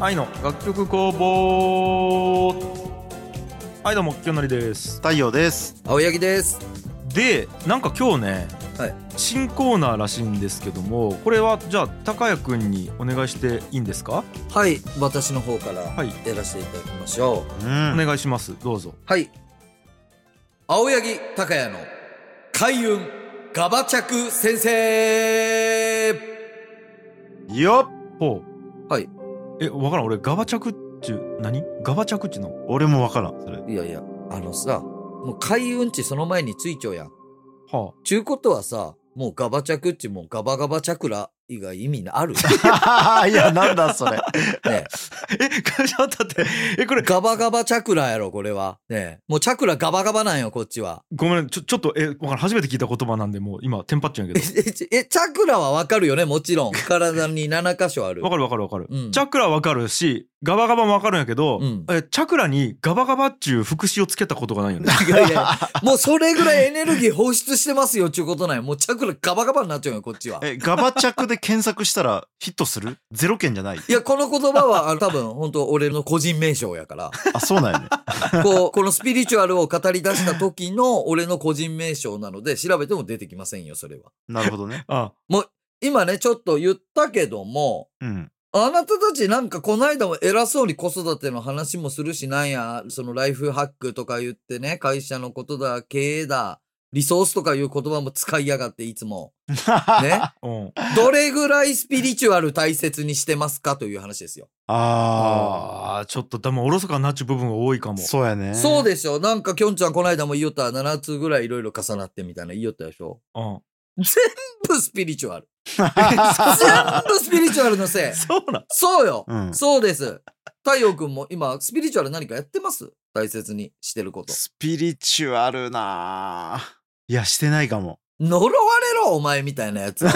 愛の楽曲工房。はい、どうもきよのりです。 太陽です。 青柳です。 で、なんか今日ね、 はい、 新コーナーらしいんですけども、これはじゃあ高谷くんにお願いしていいんですか？ はい、私の方からはいやらせていただきましょう。 お願いします。どうぞ。 はい、青柳高也の開運ガバチャク先生。 よっ。 ほう。 はい。 わからん。俺ガバチャクって何？ガバチャクっていうの？ 俺もわからんそれ。 いやいや、さ、もう開運ってその前についちゃうやん。 はあ。 ちゅうことはさ、もうガバチャクってもうガバガバチャクラ以外意味ある？ いや、なんだそれ。 ねちょっと待って。これガバガバチャクラやろこれは。ねもうチャクラガバガバなんよこっちは。 ごめん、ちょっとわからん。初めて聞いた言葉なんで、もう今テンパっちゃうんやけど。 チャクラはわかるよね、もちろん。体に7箇所ある。 わかるわかるわかる、 うん、 チャクラわかるしガバガバもわかるんやけど、 うん、 チャクラにガバガバっちゅう副詞をつけたことがないよね。 いやいや、もうそれぐらいエネルギー放出してますよっていうことなんよ。もうチャクラガバガバになっちゃうよこっちは。 ガバチャクで検索したらヒットする？0件じゃない？ いや、この言葉は多分本当俺の個人名称やからあ、そうなんやね。 このスピリチュアルを語り出した時の俺の個人名称なので調べても出てきませんよそれは。 なるほどね。 あもう今ねちょっと言ったけども、 うん、 あなたたちなんかこの間も偉そうに子育ての話もするし、なんやそのライフハックとか言ってね、会社のことだ、経営だ、リソースとかいう言葉も使いやがっていつもねうん、 どれぐらいスピリチュアル大切にしてますかという話ですよ。 ちょっとでもおろそかになっちゅう部分が多いかも。 そうやね。 そうでしょ。なんかきょんちゃんこの間も言いよった、7つぐらいいろいろ重なってみたいな言いよったでしょ。 うん、 全部スピリチュアル。全部スピリチュアルのせい。 そうなん？ そうよ、 うん、 そうです。太陽くんも今スピリチュアル何かやってます？大切にしてること。 スピリチュアルなぁ。いや、してないかも。 呪われろお前みたいなやつ。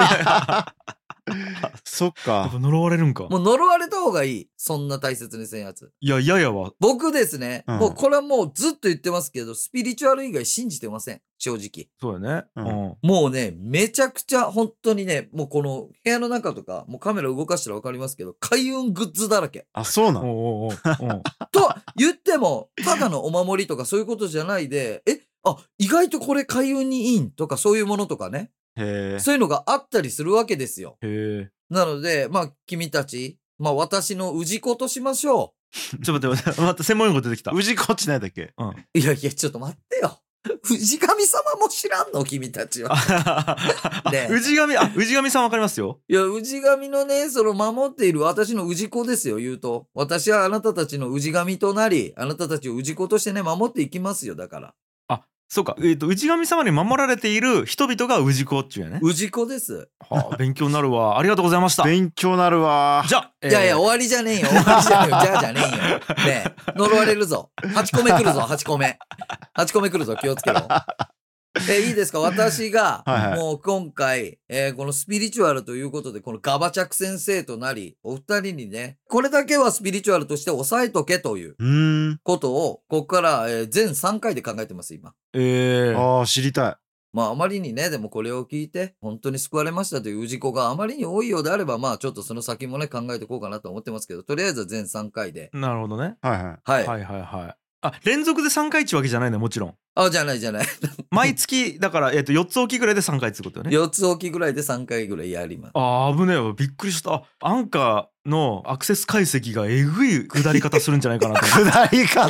そっか。 呪われるんか。 もう呪われた方がいい。そんな大切にせんやつ。 いや嫌やわ。 僕ですね、 うん、 もうこれはもうずっと言ってますけど、スピリチュアル以外信じてません。正直。 そうやね。 うんもうね、めちゃくちゃ本当にね、もうこの部屋の中とか、もうカメラ動かしたらわかりますけど、開運グッズだらけ。 あ、そうなん。 おうと言っても、ただのお守りとかそういうことじゃないで、意外とこれ開運にいいんとかそういうものとかね。 へそういうのがあったりするわけですよ。 へなので、まあ君たち、まあ私の氏子としましょえ。ちょっと待って待って、専門用語出てきた。 う。氏子っちないだっけ？ うん。 う。いやいや、ちょっと待ってよ。氏神様も知らんの君たちは。ね氏神さんわかりますよ。 いや、氏神のね、その守っている私の氏子ですよ、言うと。私はあなたたちの氏神となり、あなたたちを氏子としてね、守っていきますよ、だから。 そうか。氏神様に守られている人々が氏子っちゅうやね。 氏子です。 はあ、勉強になるわ。ありがとうございました。 勉強なるわ。 じゃあ、 いやいや、終わりじゃねえよ。終わりじゃねえよ。じゃあじゃねえよ。ねえ、呪われるぞ。8個目来るぞ、8個目。8個目来るぞ、気をつけろ。いいですか？私が、 はいはいもう今回、このスピリチュアルということで、このガバチャク先生となり、お二人にね、これだけはスピリチュアルとして押さえとけということを、ここから、全3回で考えてます、今。 知りたい。 まあ、あまりにね、でもこれを聞いて、本当に救われましたという氏子があまりに多いようであれば、まあ、ちょっとその先もね、考えていこうかなと思ってますけど、とりあえずは全3回で。 なるほどね。 はいはい。 はい。 はいはいはい。連続で3回っちゅうわけじゃないね、もちろん。 じゃないじゃない。 毎月、だから、4つおきぐらいで3回っつうことよね。 4つおきぐらいで3回ぐらいやります。 危ねえわ。びっくりした。アンカーのアクセス解析がえぐい下り方するんじゃないかなと思って。 下り方。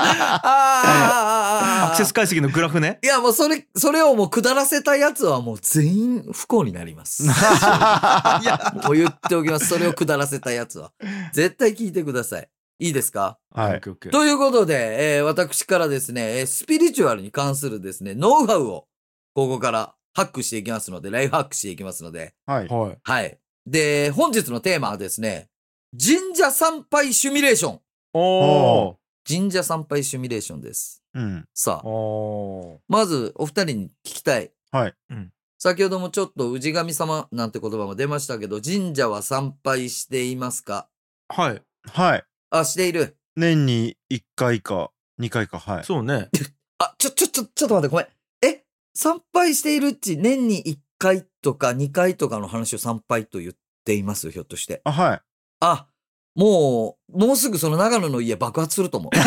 アクセス解析のグラフね。 いや、もうそれをもう下らせたやつはもう全員不幸になります。いや、もう言っておきます。それを下らせたやつは。絶対聞いてください。いいですか？ はい。 ということで、私からですね、スピリチュアルに関するですね、ノウハウをここからハックしていきますので、ライフハックしていきますので。 はい。 はい。で、本日のテーマはですね、神社参拝シミュレーション。神社参拝シミュレーションです。 うん。 さあ、まずお二人に聞きたい。 はい。 先ほどもちょっと氏神様なんて言葉も出ましたけど、神社は参拝していますか？ はい。 はい。 している。 年に1回か2回か。はい。 そうね。 ちょっと待って、ごめん。参拝しているうち年に1回とか2回とかの話を参拝と言っています？ひょっとして。 はい。 もうすぐその長野の家爆発すると思う。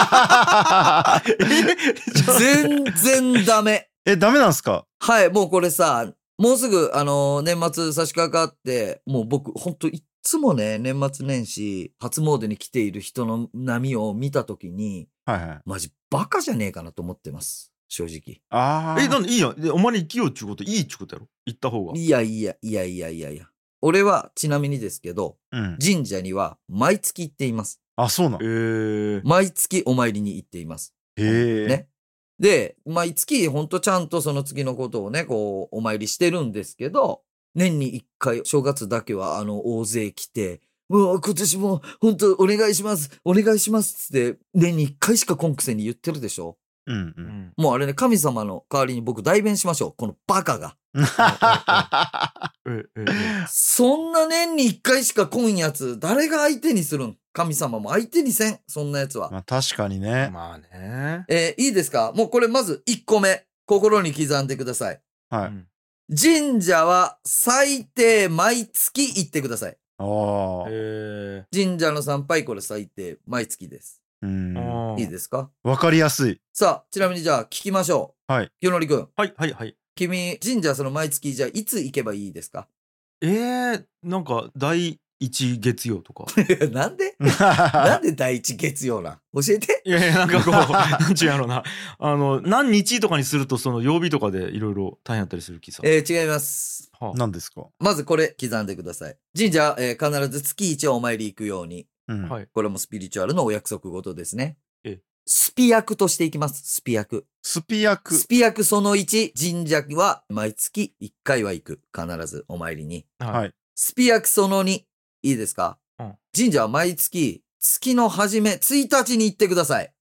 全然ダメ。 ダメなんすか？ はい、もうこれさ、もうすぐ年末差し掛かって、もう僕ほんといっつもね、年末年始初詣に来ている人の波を見たときに、 はいはい。 マジバカじゃねえかなと思ってます。正直。 なんでいいやん。でお前に生きようっちゅうこといいっちゅうことやろ。行った方が。 いや。俺はちなみにですけど、 うん。 神社には毎月行っています。 あ、そうなん。 毎月お参りに行っています。 へえ。 ね。で、毎月ほんとちゃんとその月のことをね、こうお参りしてるんですけど、年に一回正月だけは大勢来て、もう今年も本当お願いしますお願いしますって年に一回しかこんくせに言ってるでしょ。 うんもうあれね、神様の代わりに僕代弁しましょう。このバカが。そんな年に一回しか来んやつ、誰が相手にするん？神様も相手にせん。そんなやつは。 まあ確かにね。 まあね。 いいですか？もうこれまず1個目。心に刻んでください。 はい。 神社は最低毎月行ってください。神社の参拝、これ最低毎月です。いいですか？ わかりやすい。 さあ、ちなみにじゃあ聞きましょう。 はい。 清則くん。 はい。 君、神社その毎月、じゃあいつ行けばいいですか？ なんか第1月曜とか。 なんでなんで第一月曜なん教えて。 いやなんかこう、なんちゅうやろな。何日とかにするとその曜日とかでいろいろ大変やったりする気さ。 違います。 何ですか？ まずこれ刻んでください。神社、必ず月1お参り行くように。 はい。 これもスピリチュアルのお約束事ですね。スピ役としていきます。スピ役その1、神社は毎月1回は行く。必ずお参りに。 はい。 スピ役その2、いいですか？神社は毎月、月の初め、1日に行ってください。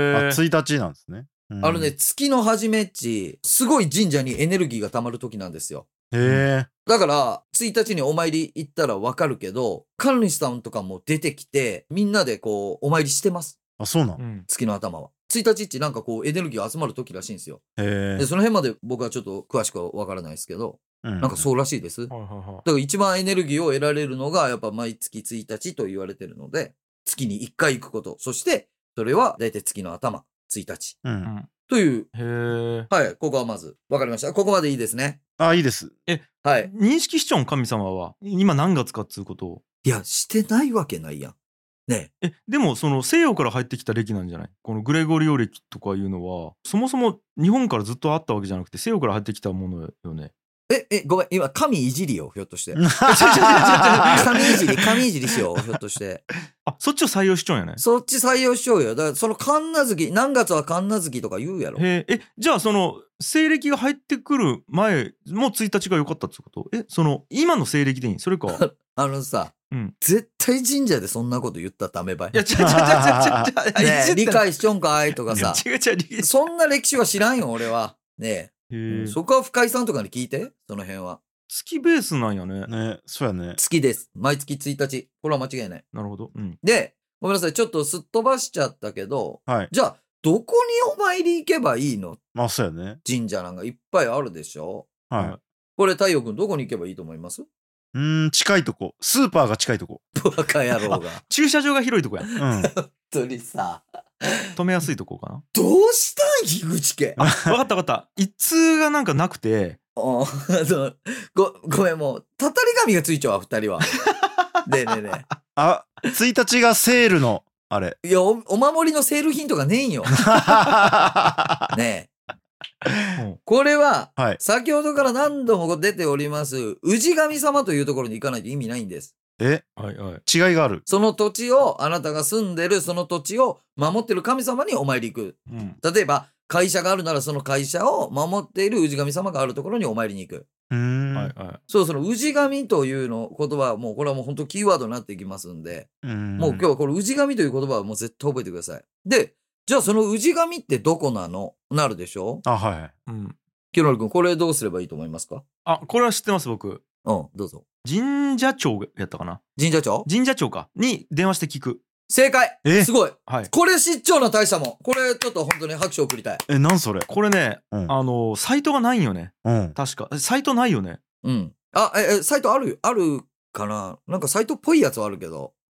1日なんですね。 月の初めっち、すごい神社にエネルギーが溜まる時なんですよ。 へえ。 だから、1日にお参り行ったらわかるけど、神主さんとかも出てきて、みんなでこう、お参りしてます。 あ、そうなの？ 月の頭は。1日ってなんかこう、エネルギーが集まる時らしいんですよ。 へえ。 で、その辺まで僕はちょっと詳しくはわからないですけど、なんかそうらしいです。だはから一番エネルギーを得られるのが、やっぱ毎月1日と言われてるので、月に1回行くこと。そして、それは大体月の頭、1日。という。はい、ここはまず。わかりました。ここまでいいですね。 あ、いいです。 はい。 認識しちゃうん神様は。今何月かっつうことを。 いや、してないわけないやん。ねえ。でもその西洋から入ってきた暦なんじゃない？このグレゴリオ暦とかいうのは、そもそも日本からずっとあったわけじゃなくて、西洋から入ってきたものよね。 ごめん、今、神いじりよ、ひょっとして。 神いじりしよう、ひょっとして。 あ、そっちを採用しちゃうんやね。 そっち採用しちゃうよ。だから、その神無月、何月は神無月とか言うやろ。 じゃあその、西暦が入ってくる前も1日が良かったってこと？その、今の西暦でいい？それか。 さ、絶対神社でそんなこと言ったらダメばい。 いや、 理解しちょんかいとかさ。そんな歴史は知らんよ、俺は。ねえ。そこは深井さんとかに聞いて、その辺は。 月ベースなんやね。 ね、そうやね。 月です。毎月1日。これは間違いない。 なるほど。 で、ごめんなさい。ちょっとすっ飛ばしちゃったけど、じゃあ、どこにお参り行けばいいの？ まあ、そうやね。 神社なんかいっぱいあるでしょ？ はい。 これ、太陽くんどこに行けばいいと思います？ 近いとこ。スーパーが近いとこ。 バカ野郎が。 駐車場が広いとこや。 本当にさ。 止めやすいとこかな。 どうしたん樋口家。 わかった一通がなんかなくて。 ごめん、もうたたり神がついちゃうわ2人は。ねえ。 あ、1日がセールのあれ。 いや、お守りのセール品とかねえんよ。ねえ。これは、先ほどから何度も出ております氏神様というところに行かないと意味ないんです。 違いがある。 その土地を、あなたが住んでるその土地を守ってる神様にお参り行く。例えば、会社があるならその会社を守っている氏神様があるところにお参りに行く。その氏神というの言葉はもうこれはもう本当キーワードになっていきますんで、もう今日はこれ氏神という言葉はもう絶対覚えてください。で、じゃあその氏神ってどこなの？なるでしょ？清則君、これどうすればいいと思いますか？ これは知ってます僕。 どうぞ。 神社長やったかな。 神社長かに電話して聞く。 正解。すごい。 はい。 これ知っちゃうな大したもん。これちょっと本当に拍手を送りたい。 なんそれ？ これね、サイトがないんよね。確か。サイトないよね。 サイトあるかな？なんかサイトっぽいやつはあるけど。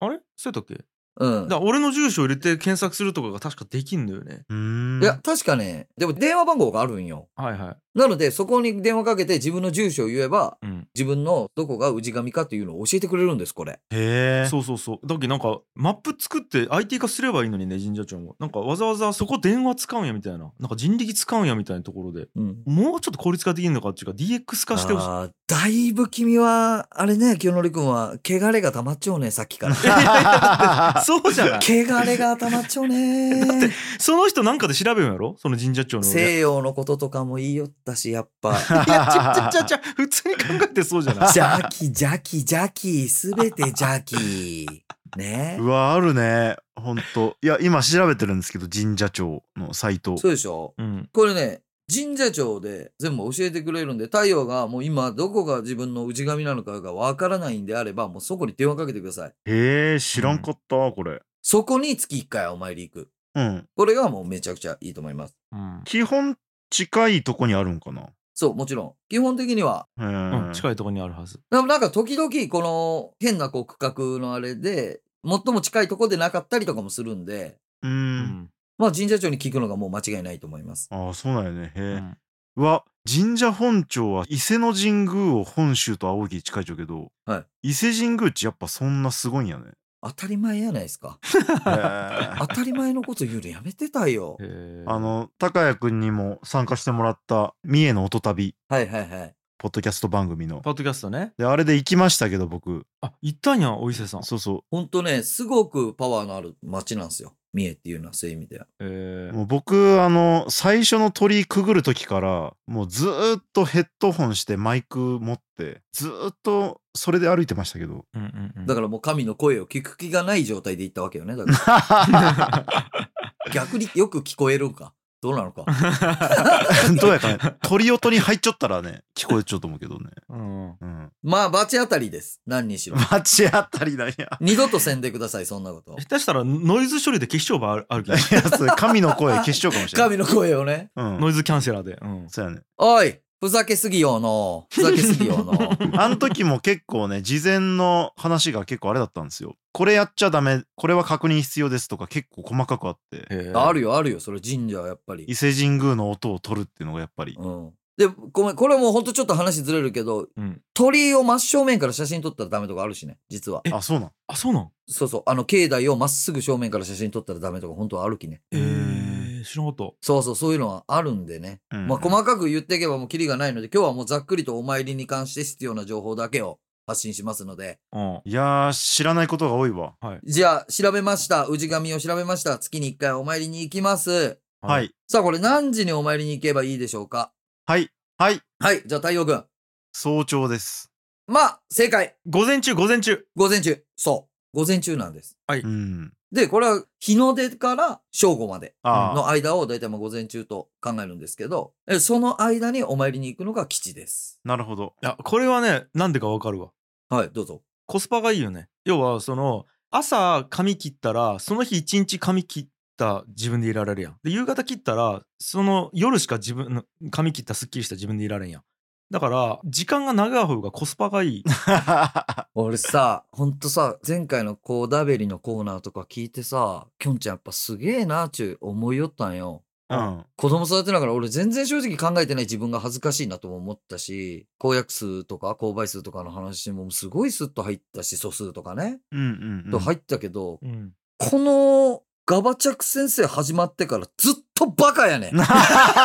あれそうやったっけ？ うん。 だから俺の住所を入れて検索するとかが確かできんのよね。 いや、確かね、でも電話番号があるんよ。 はいはい。 なので、そこに電話かけて自分の住所を言えば、 うん。 自分のどこが氏神かっていうのを教えてくれるんです、これ。 へえ。 そうそうそう。だけどなんかマップ作って IT 化すればいいのにね、神社長も。なんかわざわざそこ電話使うんやみたいな。なんか人力使うんやみたいなところで。 うん。 もうちょっと効率化できるのかっていうか DX 化してほしい。 だいぶ君は、あれね、清則くんは、汚れが溜まっちゃうね、さっきから。 そうじゃない。 汚れが溜まっちゃうね。 その人なんかで調べるんやろその神社長の。 西洋のこととかも言いよったし、やっぱ。 いや、ちゃ、普通に考えてそうじゃない。 邪気、すべて邪気。ねうわ、あるね。ほんと。いや、今調べてるんですけど、神社庁のサイト。 そうでしょ、 うん。 これね、神社庁で全部教えてくれるんで、太陽がもう今どこが自分の氏神なのかがわからないんであれば、もうそこに電話かけてください。 へえ、知らんかった、これ。 そこに月1回お参り行く。 うん。 これがもうめちゃくちゃいいと思います。 うん。 基本近いとこにあるんかな。 そう、もちろん。基本的には。 へうん、 え。 近いところにあるはず。 でもなんか時々この変なこう区画のあれで、最も近いとこでなかったりとかもするんで、 う。 うんん。 まあ神社長に聞くのがもう間違いないと思います。 ああ、そうなんよね。へえ。 うん。 うわ、神社本庁は伊勢の神宮を本州と仰ぎ近いっちゃうけど、 はい。 伊勢神宮っちやっぱそんなすごいんやね。 当たり前やないですか。 へ当たり前のこと言うのやめてたよ。 へえ。 高谷くんにも参加してもらった三重の音旅、 はいはいはい。 ポッドキャスト番組の。 ポッドキャストね。 で、あれで行きましたけど、僕。 あ、行ったんや、お伊勢さん。 そうそほんとね、すごくパワーのある街なんですよ。三重っていうのはそういう意味では。 へう。もう僕、最初の鳥居くぐる時から、もうずーっとヘッドホンしてマイク持って、ずーっとそれで歩いてましたけど。 うんうんうん。 だからもう神の声を聞く気がない状態で行ったわけよね。だから逆によく聞こえるんか。どうなのか。 どうやかね。鳥音に入っちゃったらね、聞こえちゃうと思うけどね。 うん。 うん。 まあ、罰当たりです。何にしろ。 街あたりだや。 二度とせんでください、そんなこと。 下手したらノイズ処理で消しちゃう場合あるけど。 いや、それ神の声消しちゃうかもしれない。 神の声をね。 うん。 ノイズキャンセラーで。うん。 そうやね。 おい、ふざけすぎよの。ふざけすぎよの。 あの時も結構ね、事前の話が結構あれだったんですよ。これやっちゃダメ、これは確認必要ですとか結構細かくあって、 へえ。 あるよ、あるよ。それ神社はやっぱり伊。勢神宮の音を取るっていうのがやっぱり。 うん。で、ごめん、これはもうほんとちょっと話ずれるけど、 うん。 鳥居を真正面から写真撮ったらダメとかあるしね、実は。 あ、そうなん。 あ、そうなん。 そうそう。境内をまっすぐ正面から写真撮ったらダメとか本当はあるきね。 へえ。知らなかった。 そうそう、そういうのはあるんでね。 うんまあ、細かく言っていけばもうキリがないので、今日はもうざっくりとお参りに関して必要な情報だけを発信しますので。 うん。 いやー、知らないことが多いわ。 はい。 じゃあ、調べました。氏神を調べました。月に1回お参りに行きます。 は。い。 さあ、これ何時にお参りに行けばいいでしょうか？ はい。はい。 はい、じゃあ太陽くん。 早朝です。 まあ、正解。 午前中。 午前中。そう。午前中なんです。 うん。 で、これは日の出から正午まであの間をだいたい午前中と考えるんですけど、その間にお参りに行くのが吉です。 なるほど。 いや、これはね、なんでかわかるわ。 はい、どうぞ。 コスパがいいよね。要は、朝髪切ったら、その日一日髪切った自分でいられるやん。で、夕方切ったら、その夜しか自分の髪切ったすっきりした自分でいられんやん。だから時間が長い方がコスパがいい。 俺さ、ほんとさ、前回のこうダベリのコーナーとか聞いてさ、きょんちゃんやっぱすげえなーちゅう思いよったんよ。 うん。 子供育てながら俺全然正直考えてない自分が恥ずかしいなとも思ったし、公約数とか購買数とかの話もすごいスッと入ったし、素数とかね、 うんうんうん。 と入ったけど、 うん。 このガバチャク先生始まってからずっとバカやねん。ずー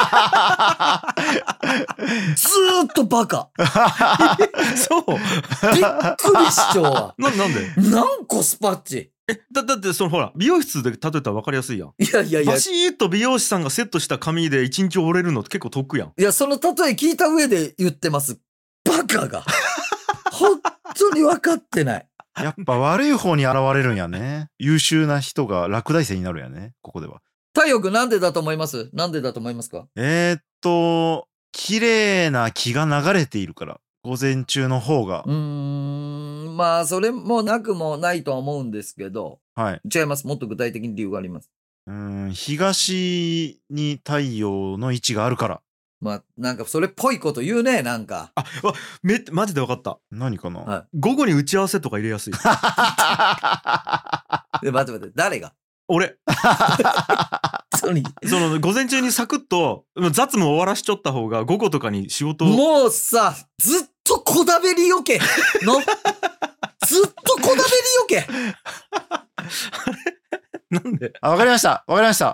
っとバカ。 そう。 びっくりしちゃうわ。 なんで？ なんコスパッチ。 だってほら美容室で例えたら分かりやすいやん。 いやいやいやバ。シーッと美容師さんがセットした髪で一日折れるのって結構得やん。 いや、その例え聞いた上で言ってます。バカが。本当に分かってない。 やっぱ悪い方に現れるんやね。優秀な人が落第生になるんやね。ここでは。 太陽くんなんでだと思います？なんでだと思いますか？ 綺麗な気が流れているから。午前中の方が。 まあ、それもなくもないとは思うんですけど、 はい。 違います。もっと具体的に理由があります。 東に太陽の位置があるから。 まあ、なんかそれっぽいこと言うね、なんか。 マジで分かった。 何かな、 は午後に打ち合わせとか入れやすい。 で、待って、誰が俺、 その午前中にサクッと雑務終わらしちょった方が午後とかに仕事を。 もうさ、ずっとこだべりよけのずっとこだべりよけなんでわかりました。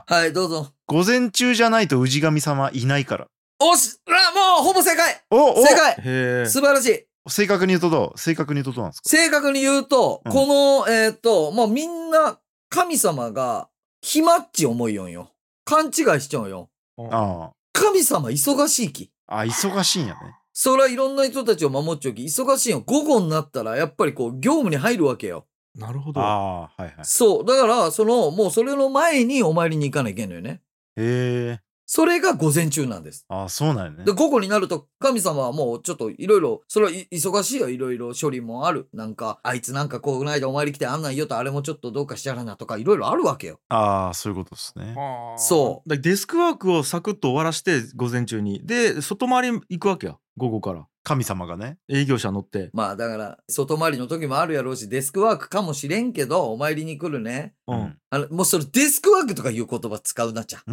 はい、どうぞ。 午前中じゃないと氏神様いないから。 おし、もうほぼ正解お正解へえ。 素晴らしい。 正確に言うとどうなんですか？ 正確に言うと、 うんこの、もうみんな神様が暇っち思いよんよ。勘違いしちゃうよ。 あ神様忙しいき。 あ。忙しいんやね。 そらいろんな人たちを守っちゃうき、忙しいよ。午後になったらやっぱりこう業務に入るわけよ。 なるほど。 ああ、はいはい。 そう。だから、もうそれの前にお参りに行かなきゃいけんのよね。 へえ。 それが午前中なんです。 ああ、そうなんやねで、。午後になると神様はもうちょっといろいろ、それは忙しいよ。いろいろ処理もある。なんか、あいつなんかこう、この間お参り来てあんなんよとあれもちょっとどうかしちゃらなとかいろいろあるわけよ。 ああ、そういうことですね。 そうだからデスクワークをサクッと終わらして午前中にで外回り行くわけや午後から神様がね。 営業車乗って。 まあだから、外回りの時もあるやろうし、デスクワークかもしれんけど、お参りに来るね。 うん。 もうそれデスクワークとかいう言葉使うなっちゃう。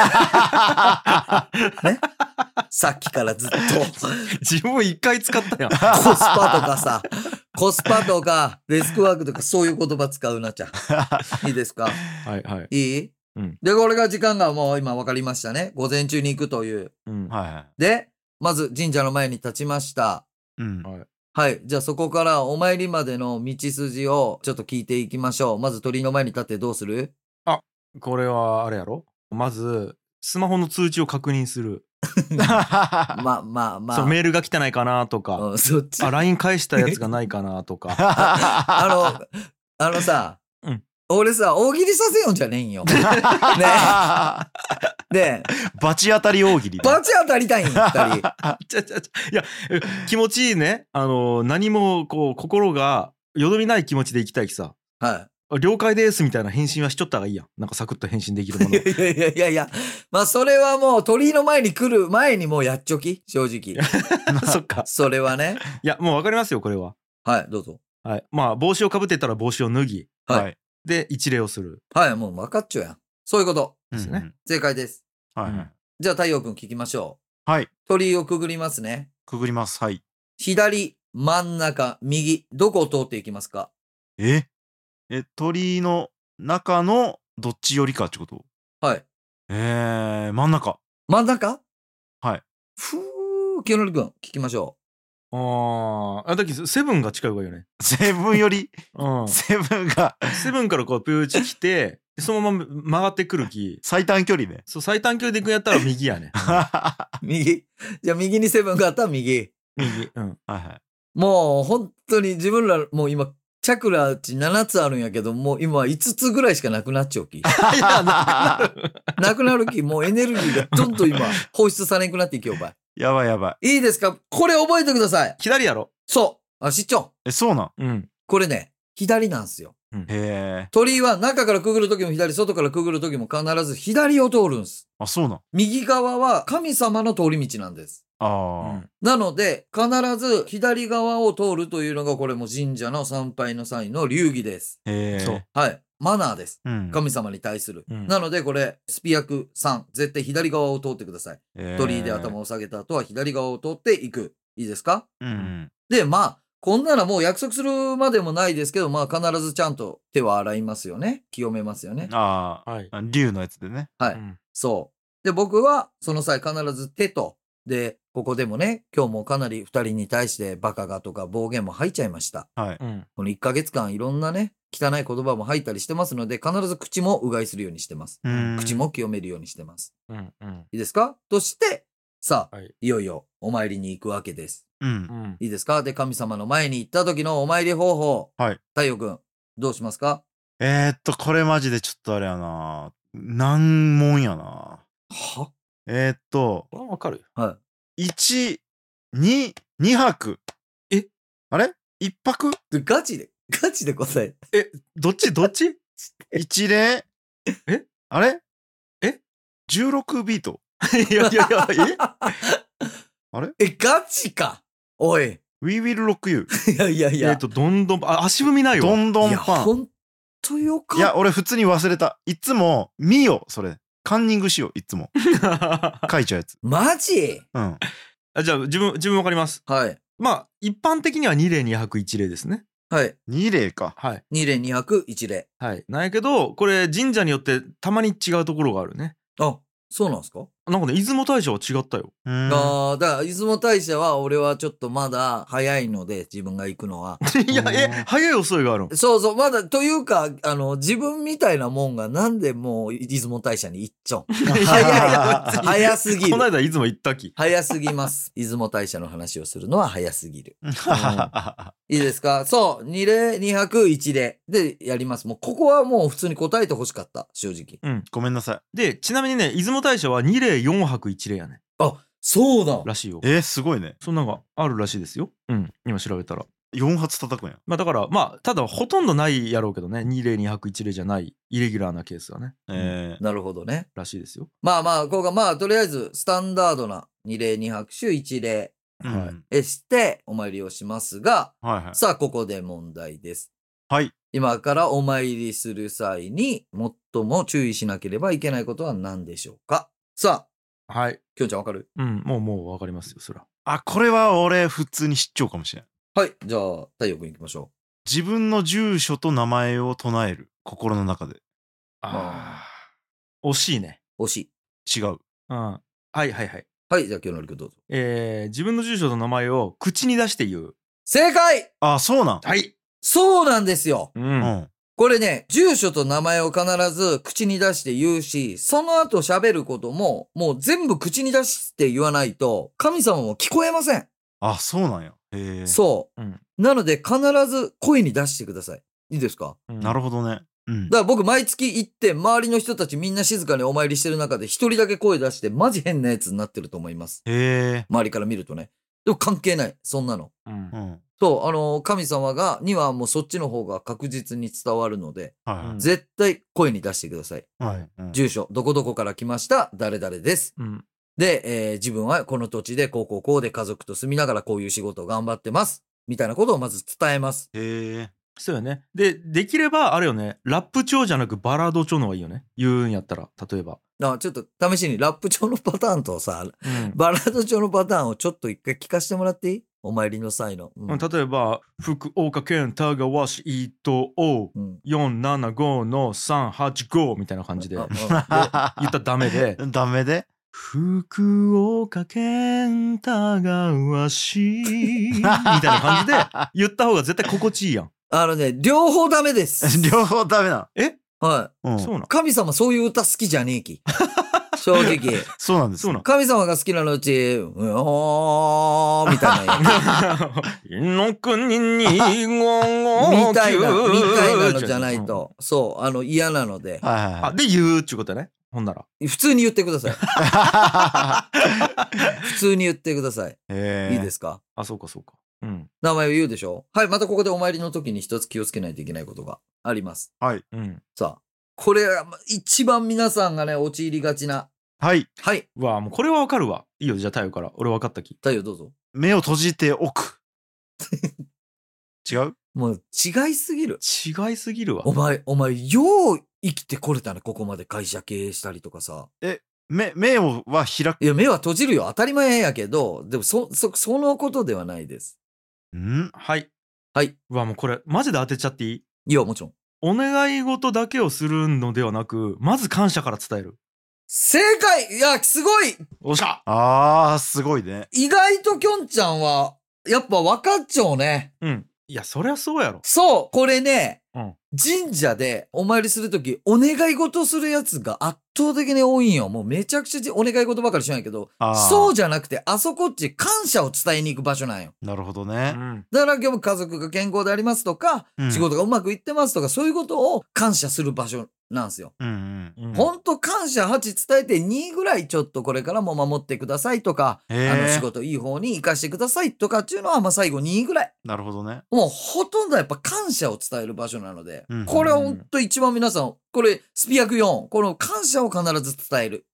ね。さっきからずっと。 自分一回使ったやん。 コスパとかさ、コスパとかデスクワークとかそういう言葉使うなっちゃう。いいですか？ はいはい。 いい？ うんで、これが時間がもう今分かりましたね。午前中に行くという。 うん。 はいはい。 で、まず神社の前に立ちました。 うん。 はい。じゃあそこからお参りまでの道筋をちょっと聞いていきましょう。まず鳥居の前に立ってどうする？ これはあれやろ？まずスマホの通知を確認する。 まあ。 そうメールが来てないかなとか、 うん、そっち。 LINE 返したやつがないかなとか。 あのさ、 うん俺さ、大喜利させよんじゃねえんよ。ね。で、 バチ当たり大喜利ね。 バチ当たりたいん、二人。 いや気持ちいいね。何もこう心がよどみない気持ちで行きたいきさ。 は了解ですみたいな返信はしちょった方がいいやん。なんかサクッと返信できるもの。 いや。まあ、それはもう鳥居の前に来る前にもうやっちょき、正直。 そっか。 それはね。 いやもうわかりますよこれは。 はい、どうぞ。 はい。まあ帽子をかぶってたら帽子を脱ぎはいはい。 で一礼をするはい、もう分かっちゃうやん。そういうこと。 ですね。 正解です。 はいはい。 じゃあ、太陽くん聞きましょはい。 う。鳥居をくぐりますね。 くぐります。はい。 左、真ん中、右、どこを通っていきますか？ 鳥居の中のどっち寄りかってこと？ はい。 真ん中。 真ん中？ はい。 ふー、清則くん、聞きましょだけどセブンが近い方がいいよね。 セブン寄り。 うん。 セブンがセブンからこうプーチ来てそのまま曲がってくるき。 最短距離ね。 そう最短距離で行くんやったら右やね。 う。右。じゃあ、右にセブンがあったら右。 右。うん。 はいはい。 もう、本当に自分ら、もう今、チャクラ値7つあるんやけど、もう今5つぐらいしかなくなっちゃうき。 いやななくなるき、もうエネルギーがどんどん今、放出されなくなっていきようばい。 やばいやばいいですか？これ覚えてください。 左やろ。 そう。知っちゃう。 い。そうなん。 うん。 これね、左なんすよ。 へえ。 鳥居は中からくぐるときも左、外からくぐるときも必ず左を通るんす。 あ、そうなん。 右側は神様の通り道なんです。 ああ。 なので、必ず左側を通るというのが、これも神社の参拝の際の流儀です。 へえ。 そう。 はい。マナーです。 うん。 神様に対する。 うんなので、これ、スピ役3、絶対左側を通ってください。 へー鳥居で頭を下げた後は左側を通っていく。いいですか？ うん。 で、まあ、こんならもう約束するまでもないですけど、まあ必ずちゃんと手は洗いますよね。清めますよね。 あはい。 あ。竜のやつでね。 はい。 うんそう。で、僕はその際必ず手と、で、ここでもね、今日もかなり二人に対してバカがとか暴言も吐いちゃいました。 はい。 うん。 この1ヶ月間いろんなね、汚い言葉も吐いたりしてますので、必ず口もうがいするようにしてます。 うん口も清めるようにしてます。 うん。うん。 いいですか？として、さあ、 はい。 いよいよお参りに行くわけです。 うん。 うん。 いいですか？で、神様の前に行った時のお参り方法。 はい。 太陽くん、どうしますか？ これマジでちょっとあれやな。難問やな。 はこれはわかるよ。 は 1、2、2泊。 えあれ ?1 泊い。でガチで答え。 どっち一例えあれえ ?16 ビートいやいやいや、 ガチか。おい。 We will rock you。 いやいやいや。 どんどん、足踏みないわ。 どんどんいや、 パン。 ほんとよかった。 いや、俺普通に忘れた。いつも、見よ、それ。カンニングしよう、いつも。書いちゃうやつ。 マジ？ うん。 じゃあ、自分わかります。 はい。 まあ、一般的には2例2泊1例ですね。 はい。 2例か。 はい。 2例2泊1例。 はい。なんやけど、これ神社によってたまに違うところがあるね。 あ、そうなんですか？ なんかね、出雲大社は違ったよ。 だから出雲大社は俺はちょっとまだ早いので、自分が行くのは。 いや、早い遅いがあるん。 そうそう、まだ、というか、自分みたいなもんがなんでもう出雲大社に行っちょん。早すぎる。 この間出雲行ったき。 早すぎます。出雲大社の話をするのは早すぎる。いいですか？そう、2例、2泊1例でやります。もうここはもう普通に答えてほしかった、正直。 うん。 ごめんなさで、ちなみにね、出雲大社は2例4泊1例やね。 あ、そうだ。 らしいよ。 すごいね。 そんなんがあるらしいですよ。うん。今調べたら。 4発叩くんや。 まあだから、まあ、ただほとんどないやろうけどね。2例2泊1例じゃないイレギュラーなケースはね。 なるほどね。 らしいですよ。 まあまあ、ここがまあ、とりあえずスタンダードな2例2泊週1例してお参りをしますが、 はいはい。 さあ、ここで問題です。 はい。 今からお参りする際に最も注意しなければいけないことは何でしょうか？さあ、 はい。 きょんちゃんわかる？ うん、もうわかりますよ、そら。 これは俺普通に知っちゃうかもしれん。 はい、じゃあ、太陽くん行きましょ自分の住所と名前を唱える。心の中で。 惜しいね。 う。惜しい。 違う。 はい。 はい、じゃあ今日のりくんどうぞ。 自分の住所と名前を口に出して言う。 正解！ そうなん。 はい。 そうなんですよ。 うん。 これね、住所と名前を必ず口に出して言うし、その後喋ることも、もう全部口に出して言わないと、神様も聞こえません。 そうなんや。 そう。 うん。 なので必ず声に出してください。いいですか？ なるほどね。 だから僕毎月行って周りの人たちみんな静かにお参りしてる中で一人だけ声出してマジ変なやつになってると思います。周りから見るとね。でも関係ない。そんなの。そう、神様にはもうそっちの方が確実に伝わるので、絶対声に出してください。住所、どこどこから来ました、誰々です。で、自分はこの土地でこうで家族と住みながらこういう仕事を頑張ってます。みたいなことをまず伝えます。 そうよね。できればあれよね、ラップ調じゃなくバラード調の方がいいよね。言うんやったら、例えば。 ちょっと試しにラップ調のパターンとさ、バラード調のパターンをちょっと一回聞かせてもらっていい？お参りの際の。 例えば、福岡県田川市伊東475の385みたいな感じで言ったらダメで。 ダメで福岡県田川市みたいな感じで言った方が絶対心地いいやん。 両方ダメです。 両方ダメな。 はい。 そうなん。 神様そういう歌好きじゃねえき。正直。 そうなんです。 神様が好きなのうち、みたいな。 の国にみたいなのじゃないと。そう、嫌なので。 で、言うっちゅうことね。ほんなら。 普通に言ってください。普通に言ってください。いいですか？ そうか。 名前を言うでしょ？はい、またここでお参りの時に一つ気をつけないといけないことがあります。 はい。 さあ、これは一番皆さんがね、陥りがちな。 はい。 うわもうこれはわかるわ。いいよ、じゃあ太陽から。俺分かったき。 太陽どうぞ。 目を閉じておく。違う？ もう違いすぎる。 違いすぎるわ。 お前、よう生きてこれたね、ここまで会社経営したりとかさ。 目をは開く。 いや、目は閉じるよ。当たり前やけど、でもそのことではないです。 はい。うわもうこれ、マジで当てちゃっていい？ いや、もちろん。 お願い事だけをするのではなく、まず感謝から伝える。 正解！いや、すごい！ おっしゃ！ すごいね。 意外ときょんちゃんは、やっぱ分かっちゃうね。 いや、そりゃそうやろ。 そう、これね、神社でお参りするとき、お願い事するやつが圧倒的に多いんよ。もうめちゃくちゃお願い事ばかりしないけど、そうじゃなくて、あそこっち感謝を伝えに行く場所なんよ。 なるほどね。 だから今日も家族が健康でありますとか、仕事がうまくいってますとか、そういうことを感謝する場所なんですよ。ほんと感謝8伝えて2ぐらいちょっとこれからも守ってくださいとか、仕事いい方に生かしてくださいとかっていうのは、まあ最後2ぐらい。 なるほどね。 もうほとんどやっぱ感謝を伝える場所なので、これはほんと一番皆さん、これスピアク4、この感謝を必ず伝える。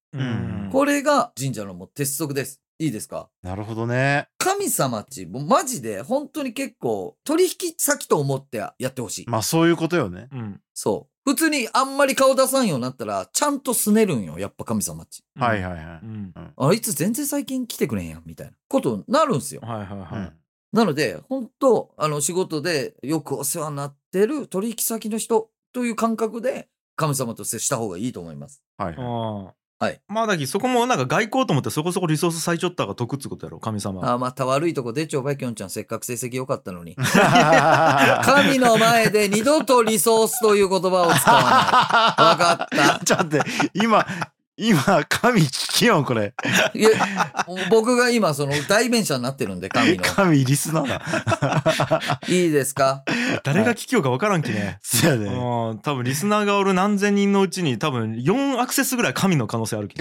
うんこれが神社のもう鉄則です。いいですか？ なるほどね。 神様っち、もうマジで本当に結構取引先と思ってやってほしい。 まあそういうことよね。 うんそう。普通にあんまり顔出さんようになったら、ちゃんとすねるんよ。やっぱ神様っち。 はいはいはい。 うんあいつ全然最近来てくれんやん、みたいなことになるんすよ。 はいはいはいなので、本当仕事でよくお世話になってる取引先の人という感覚で神様と接した方がいいと思います。 はいはい。 ああはい。 まあだけどそこもなんか外交と思ってそこそこリソース割いちょったが得っつことやろ神様は。 また悪いとこ出ちょうばいきょんちゃん、せっかく成績良かったのに。神の前で二度とリソースという言葉を使わない。わかった。 ちょっと待って、今、神聞きよん、これ。 いや、僕が今その代弁者になってるんで、神の。 神リスナーだ。 いいですか？ 誰が聞きようか分からんきね。 そうやね。 多分リスナーがおる何千人のうちに多分4アクセスぐらい神の可能性あるき。 い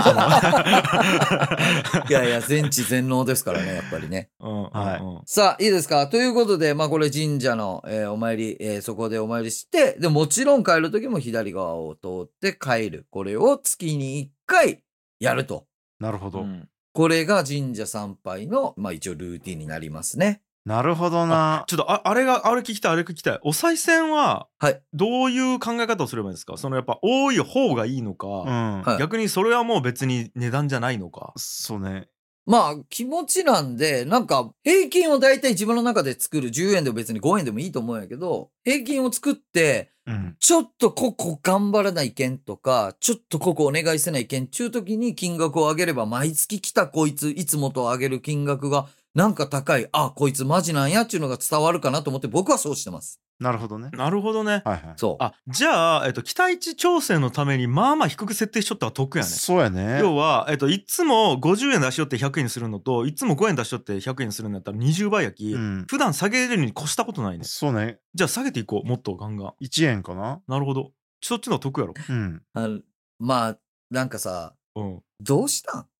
やいや、全知全能ですからね、やっぱりね。 はさあ、いいですか？ということで、これ神社の、お参り、そこでお参りして、で、もちろん帰るときも左側を通って帰る。これを月に1回やると。 なるほど。 うんこれが神社参拝の、一応ルーティンになりますね。 なるほどな。 ちょっとあれ聞きたいお賽銭ははい。 どういう考え方をすればいいんですか？そのやっぱ多い方がいいのか、 はい逆にそれはもう別に値段じゃないのか。 そうね。 気持ちなんで、なんか、平均をだいたい自分の中で作る10円でも別に5円でもいいと思うんやけど、平均を作って、 うん。 ちょっとここ頑張らないけんとか、ちょっとここお願いせないけんちゅう時に金額を上げれば、毎月来たこいつ、いつもと上げる金額がなんか高い。あ、こいつマジなんやっていうのが伝わるかなと思って僕はそうしてます。 なるほどね。 なるほどね。 はいはい。 そう。 じゃあ、期待値調整のためにまあ低く設定しとったら得やね。 そうやね。 要は、いつも50円出しよって100円にするのといつも5円出しよって100円にするんだったら20倍やき、普段下げれるに越したことないね。 そうね。 じゃあ下げていこう、もっとガンガン。 1円かな。 なるほど。そっちの得やろ。 なんかさ、 うん。 どうしたん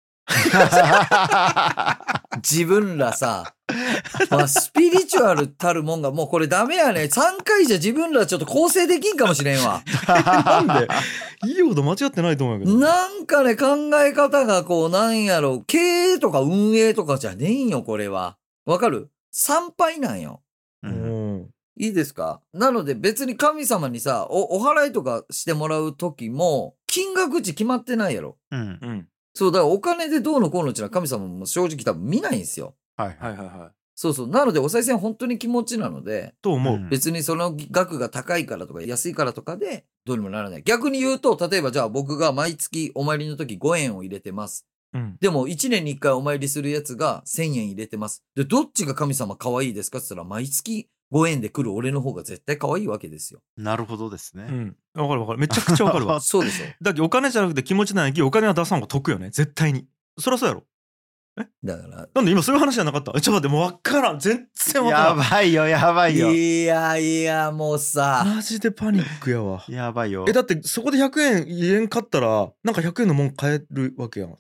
自分らさ、スピリチュアルたるもんがもうこれダメやね。3回じゃ自分らちょっと構成できんかもしれんわ。 なんでいいほど間違ってないと思うけど。 なんかね、考え方がなんやろ、経営とか運営とかじゃねえんよ、これは。わかる？参拝なんよ。いいですか？なので別に神様にさ、お払いとかしてもらう時も、金額値決まってないやろ。そう、だからお金でどうのこうのっていうのは神様も正直多分見ないんですよ。 はいはいはいはい。 そうそう。なのでお賽銭本当に気持ちなので、 と思う。 別にその額が高いからとか安いからとかでどうにもならない。逆に言うと、例えばじゃあ僕が毎月お参りの時5円を入れてます。でも1年に1回お参りするやつが1000円入れてます。で、どっちが神様可愛いですかって言ったら毎月5円で来る俺の方が絶対可愛いわけですよ。 なるほどですね。 わかるわかる。めちゃくちゃわかるわ。 そうでしょ。 だけどお金じゃなくて気持ちなんやき、お金は出さん方が得よね。絶対に。そりゃそうやろ。 だからなんで今そういう話じゃなかった？ちょっと待って、もうわからん。全然わからやん。 ばいよ、やばいよ。 いや、もうさ。 マジでパニックやわ。 やばいよ。 だってそこで100円入れんかったら、なんか100円のもん買えるわけやん。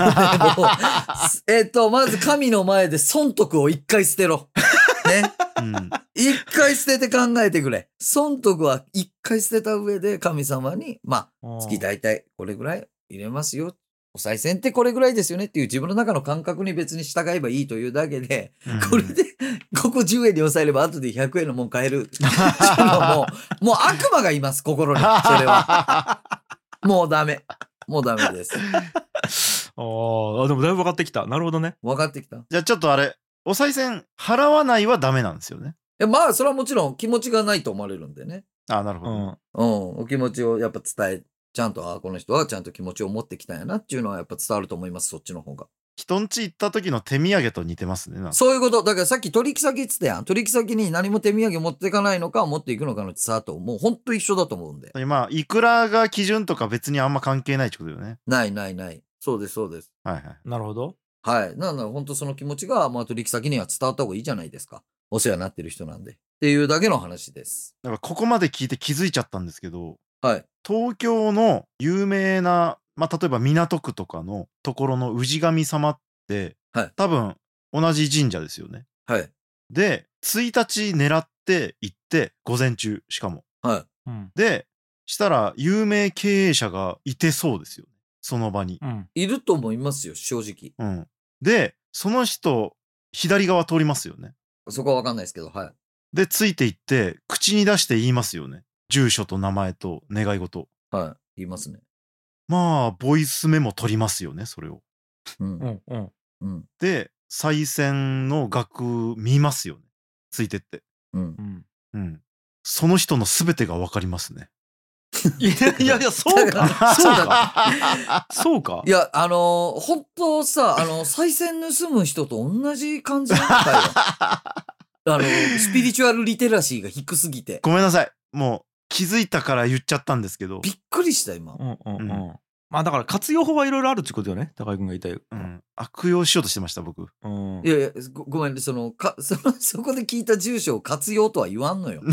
まず神の前で損得を一回捨てろ。ね。一回捨てて考えてくれ。損得は一回捨てた上で神様に、月大体これぐらい入れますよ。お賽銭ってこれぐらいですよねっていう自分の中の感覚に別に従えばいいというだけで、これで、ここ10円に抑えれば後で100円のもん買える。もう悪魔がいます、心に。それは。もうダメ。もうダメです。 でもだいぶ分かってきた。なるほどね。 分かってきた。 じゃあちょっとあれ、お賽銭払わないはダメなんですよね。 それはもちろん気持ちがないと思われるんでね。 なるほど。 お気持ちをやっぱ伝え、ちゃんと、この人はちゃんと気持ちを持ってきたんやなっていうのはやっぱ伝わると思います、そっちの方が。 人んち行った時の手土産と似てますね。 そういうこと。だからさっき取引先っつったやん。取引先に何も手土産持っていかないのか持っていくのかの差と、もうほんと一緒だと思うんで。 いくらが基準とか別にあんま関係ないってことよね。 ない。そうです。 はい。 なるほど。 はい。なのでほんとその気持ちが、取引先には伝わった方がいいじゃないですか。お世話になってる人なんで。っていうだけの話です。 だからここまで聞いて気づいちゃったんですけど、 はい。 東京の有名な、例えば港区とかのところの氏神様って、多分同じ神社ですよね。 はい。 で、1日狙って行って、午前中、しかも。 はい。 で、したら有名経営者がいてそうですよね。 その場に。 うんいると思いますよ、正直。 うん。で、その人、左側通りますよね。 そこはわかんないですけど、はい。 で、ついていって、口に出して言いますよね。住所と名前と願い事。 はい。言いますね。 まあ、ボイスメモ取りますよね、それを。 うんう。んうんうん。 で、再選の額見ますよね。ついてって。 うんう。んうん。その人の全てが分かりますね。 いやいやいやそうかそうかそうかいや、本当さ、賽銭盗む人と同じ感じなんだよ。スピリチュアルリテラシーが低すぎて。 ごめんなさい。もう気づいたから言っちゃったんですけどび。っくりした、今。 うんうんうんうんまあだから活用法はいろいろあるってことよね高井君が言いたいうん。悪用しようとしてました、僕。 うんいやいや、ごめん、そこで聞いた住所を活用とは言わんのよ。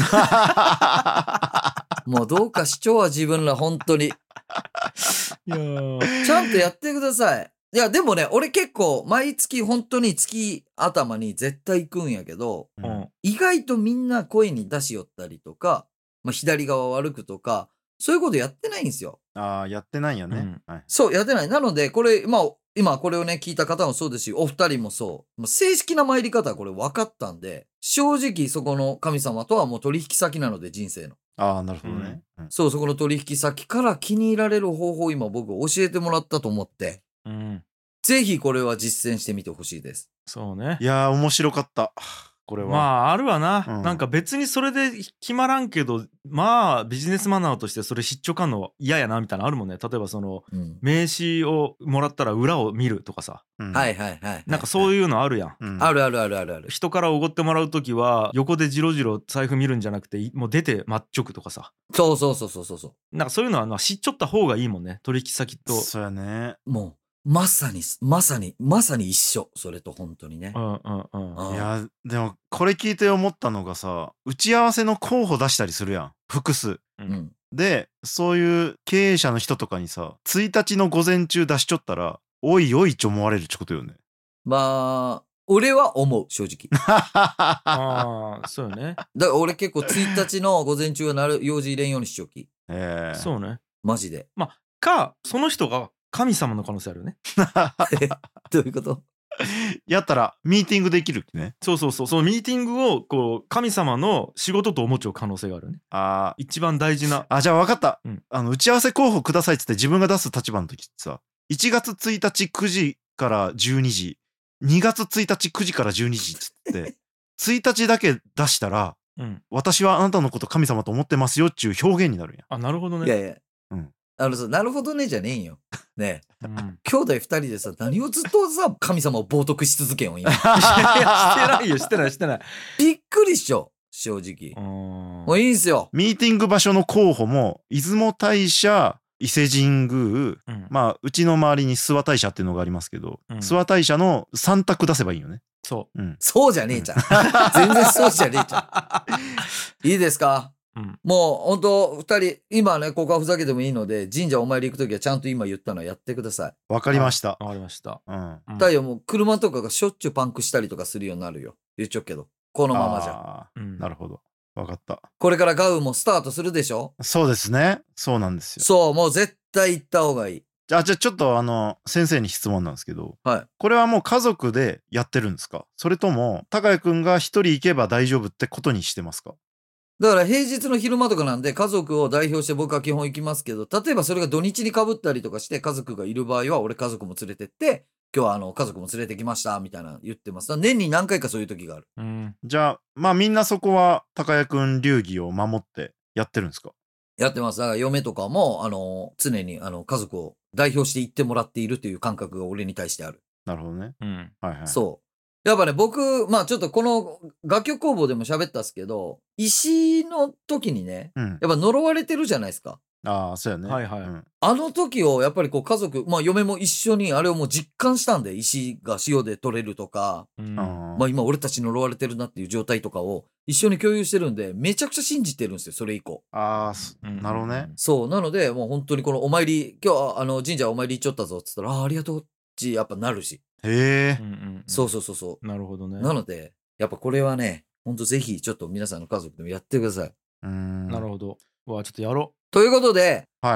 もうどうか市長は自分ら本当に。 いやーちゃんとやってください。いや、でもね、俺結構毎月本当に月頭に絶対行くんやけど、 うんうん意外とみんな声に出しよったりとか、まあ、左側を歩くとか、そういうことやってないんですよ。 ああ、やってないよね。 うんはい。 そう、やってない。なので、これ、まあ、今これをね、聞いた方もそうですし、お二人もそう。まあ正式な参り方はこれ分かったんで、正直そこの神様とはもう取引先なので、人生の。 ああ、なるほどね。うんそう、そこの取引先から気に入られる方法を今僕教えてもらったと思って、 うんぜひこれは実践してみてほしいです。 そうねいやー、面白かった。これは。 まああるわな、 うんなんか別にそれで決まらんけどまあビジネスマナーとしてそれ知っちょかんの嫌やなみたいなのあるもんね例えばそのうん。 名刺をもらったら裏を見るとかさうんはいはいはい。 なんかそういう。 いうのあるやんうんあるあるあるあるある。 人からおごってもらう時は横でジロジロ財布見るんじゃなくてもう出て待っちょくとかさそうそうそうそうそうそなんかそういうのはまあ知っちょった方がいいもんね取引先とそうやね。 う。もう、まさに一緒。それと本当にねう。んうんうんうんいや、でも、これ聞いて思ったのがさ、打ち合わせの候補出したりするやん。複数。 うん。 で、そういう経営者の人とかにさ、1日の午前中出しちょったら、おいおいって思われるってことよね。 まあ、俺は思う、正直。 ああそうよねだから俺結構1日の午前中は用事入れんようにしちょき。 ええそうねマジで。 かその人が神様の可能性あるよねどういうことやったら、ミーティングできるね。 そうそうそうそのミーティングをこう神様の仕事と思っちゃう可能性があるよねあ一番大事なあ、じゃあ分かった。 うん打ち合わせ候補くださいっつって自分が出す立場の時ってさ、1月1日9時から12時、2月1日9時から12時っつって、1日だけ出したら、 うん私はあなたのこと神様と思ってますよっていう表現になるんや。 あなるほどねいやいや。 うんさ、なるほどねじゃねえんよ。ねえ。 うん兄弟二人でさ、何をずっとさ、神様を冒涜し続けんよ、今。 いやしてないよしてないしてないびっくりっしょ、正直。もういいんすよ。 ミーティング場所の候補も、出雲大社、伊勢神宮、 うんまあ、うちの周りに諏訪大社っていうのがありますけど、 うん諏訪大社の3択出せばいいよね。 そうん。 そうじゃねえじゃん。全然そうじゃねえじゃん。いいですかううんもう、ほんと、二人、今ね、ここはふざけてもいいので、神社お参り行くときはちゃんと今言ったのはやってください。 わかりました。 わかりましたうん。 うん太陽もう車とかがしょっちゅうパンクしたりとかするようになるよ。言っちゃうけど。このままじゃ。 ゃ。 うんなるほど。わかった。 これからガウもスタートするでしょそうですね。そうなんですよ。 そう、もう絶対行った方がいい。 じゃあちょっと先生に質問なんですけど、 はい。 これはもう家族でやってるんですか？それとも、高谷くんが一人行けば大丈夫ってことにしてますか？ だから平日の昼間とかなんで家族を代表して僕は基本行きますけど、例えばそれが土日に被ったりとかして家族がいる場合は俺家族も連れてって、今日は家族も連れてきましたみたいな言ってます。だから年に何回かそういう時がある。 うんじゃあ、まあみんなそこは高谷くん流儀を守ってやってるんですか？ やってます。だから嫁とかも、常に家族を代表して行ってもらっているという感覚が俺に対してある。 なるほどね。 うんはいはい。 そう。やっぱね、僕、まあちょっとこの楽曲工房でも喋ったっすけど、石の時にね、 うん。 やっぱ呪われてるじゃないですか。 ああ、そうやね。 はいはいうんあの時をやっぱりこう家族、まあ嫁も一緒にあれをもう実感したんで、石が塩で取れるとか、 うんあまあ今俺たち呪われてるなっていう状態とかを一緒に共有してるんで、めちゃくちゃ信じてるんですよ、それ以降。 あうんなるほどね。 そう。なので、もう本当にこのお参り、今日は神社お参り行っちゃったぞって言ったら、ありがとうってやっぱなるし。 へえうん。うんそうそうそうそう。 なるほどねなので、やっぱこれはね、ほんとぜひちょっと皆さんの家族でもやってください。 うん。 なるほどうわちょっとやろということで、 うはい。 うん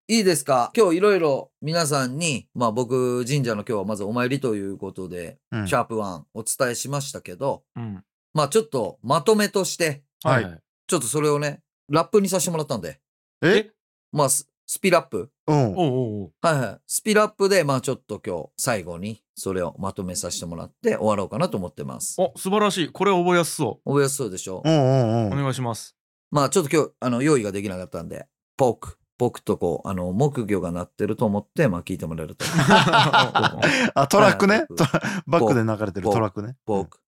いいですか？今日いろいろ皆さんに、まあ僕、神社の今日はまずお参りということで、 うんシャープ1お伝えしましたけど、 うん。 まあちょっとまとめとして、 はいはい。 ちょっとそれをね、ラップにさせてもらったんで、 えまあスピラップうん。 おうおうおう。 はいはい。スピラップで、まあちょっと今日最後にそれをまとめさせてもらって終わろうかなと思ってます。 お、素晴らしい。これ覚えやすそ覚えやすそうでしょ？ うんうんう。おうん。 願いします。 まあちょっと今日、用意ができなかったんで、ポクとこう、木魚が鳴ってると思って、まあ聞いてもらえると。 あ、トラックね。 はいバックで流れてるトラックね。 ポク。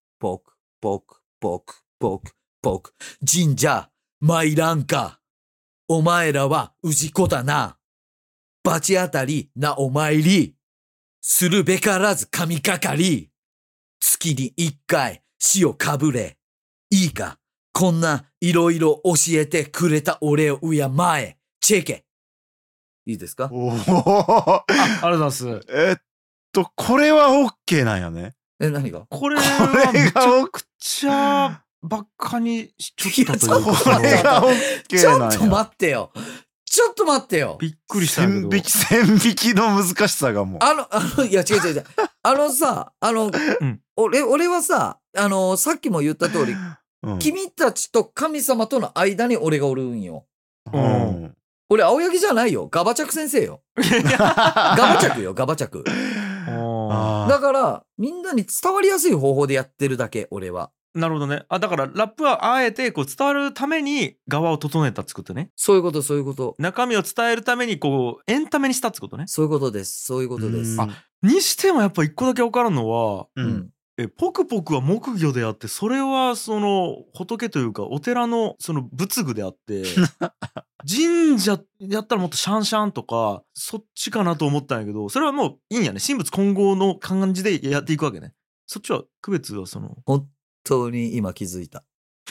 神社、参らんか。お前らは氏子だな。罰当たりなお参り。するべからず神かかり。月に一回死をかぶれ。いいか、こんないろいろ教えてくれた俺を敬え。チェケ。いいですか？ おお。 ありがとうございます。 これは OK なんやね。 何が？ これこはめちれがゃ OK。 くちゃばっかにしちゃったといういやか、 これが OK ちょなんや。 っと待ってよ。ちょっと待ってよ。 びっくりしたんだけど。 線引きの難しさがもう。 いや、違う。さ、 ん俺はさ、さっきも言った通り、 うん君たちと神様との間に俺がおるんよ。 うん俺、青柳じゃないよ。ガバチャク先生よ。ガバチャクよ、ガバチャク。 ああだから、みんなに伝わりやすい方法でやってるだけ、俺は。 ーなるほどね。あ、だからラップはあえてこう伝わるために側を整えたってことね。 そういうこと、そういうこと。 中身を伝えるためにこうエンタメにしたってことね。 そういうことです。そういうことです。 あにしてもやっぱ一個だけ分からんのは、 う。 うんん。 ポクポクは木魚であって、それはその仏というかお寺のその仏具であって神社やったらもっとシャンシャンとかそっちかなと思ったんやけど、それはもういいんやね。神仏混合の感じでやっていくわけね。そっちは区別はその本当に今気づいた。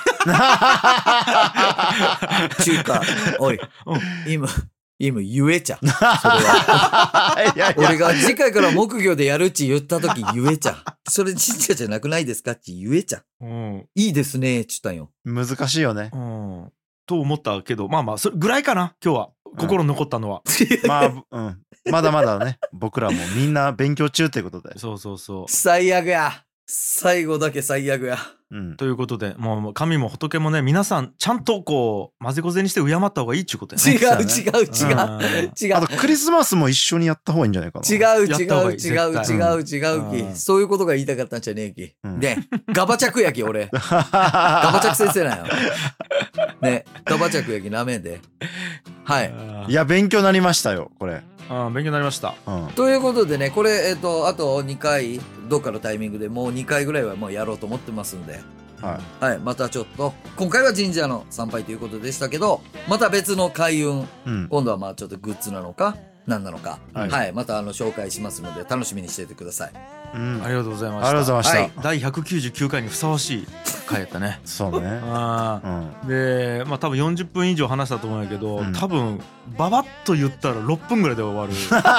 中華、おい、今言えちゃ。それは。 いやいや俺が次回から木魚でやるっち言った時言えちゃ。それ神社じゃなくないですかって言えちゃ。 うんいいですねって言ったんよ。 難しいよね。 うんと思ったけど、まあまあそれぐらいかな今日は心に残ったのは。 まあ、うん。まだまだね、僕らもみんな勉強中っていうことで。 そうそうそう。 最悪や。最後だけ最悪や。 うん。 ということでもう神も仏もね、皆さんちゃんとこう混ぜこぜにして敬った方がいいっちゅうことやね。 違うそう違う違うんう違うあとクリスマスも一緒にやった方がいいんじゃないかな。 違うやった方がいい違う絶対違ううんき。そういうことが言いたかったんじゃねえき。 うんで、ガバチャクやき俺。ガバチャク先生なんよ。ね、ガバチャクやきなめんで。はい。 いや、勉強になりましたよ、これ。 勉強になりました。 うん。 ということでね、これ、あと2回、どっかのタイミングでもう2回ぐらいはもうやろうと思ってますんで、 ははい、またちょっと、今回は神社の参拝ということでしたけど、また別の開運、 い。うん。 今度はまあちょっとグッズなのか、何なのか、は、 はいいまた紹介しますので、楽しみにしていてください。 うん。 ありがとうございました。 ありがとうございました。 はい第199回にふさわしい回やったね。 そうね。 あうん。 ーでまあ多分40分以上話したと思うんやけど、 うん多分ババッと言ったら6分ぐらいで終わる。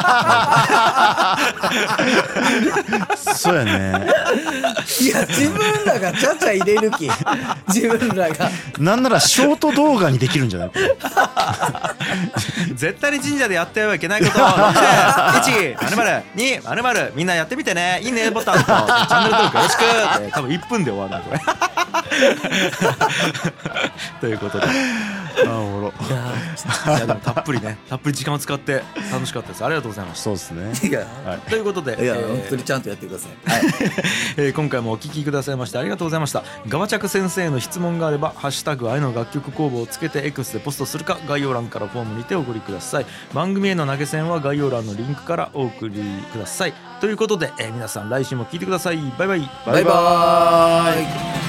そうやね。 いや、自分らがちゃちゃ入れる気。自分らが。 なんならショート動画にできるんじゃないこれ。 絶対に神社でやってはいけないことを1、○○、2、○○、みんなやってみてね。いいねボタンとチャンネル登録よろしくって多分1分で終わるのこれ。ということで、 あ、おもろ。 いやでもたっぷりね、たっぷり時間を使って楽しかったです。ありがとうございましそうですね。 いや、 た。ということで、 いや、本当にちゃんとやってください。はい。 今回もお聞きくださいましてありがとうございました。ガバチャク先生への質問があればハッシュタグ愛の楽曲工房をつけて X でポストするか、概要欄からフォームにてお送りください。番組への投げ銭は概要欄のリンクからお送りください。ということで、皆さん来週も聞いてください。バイバイ。 バイバーイ。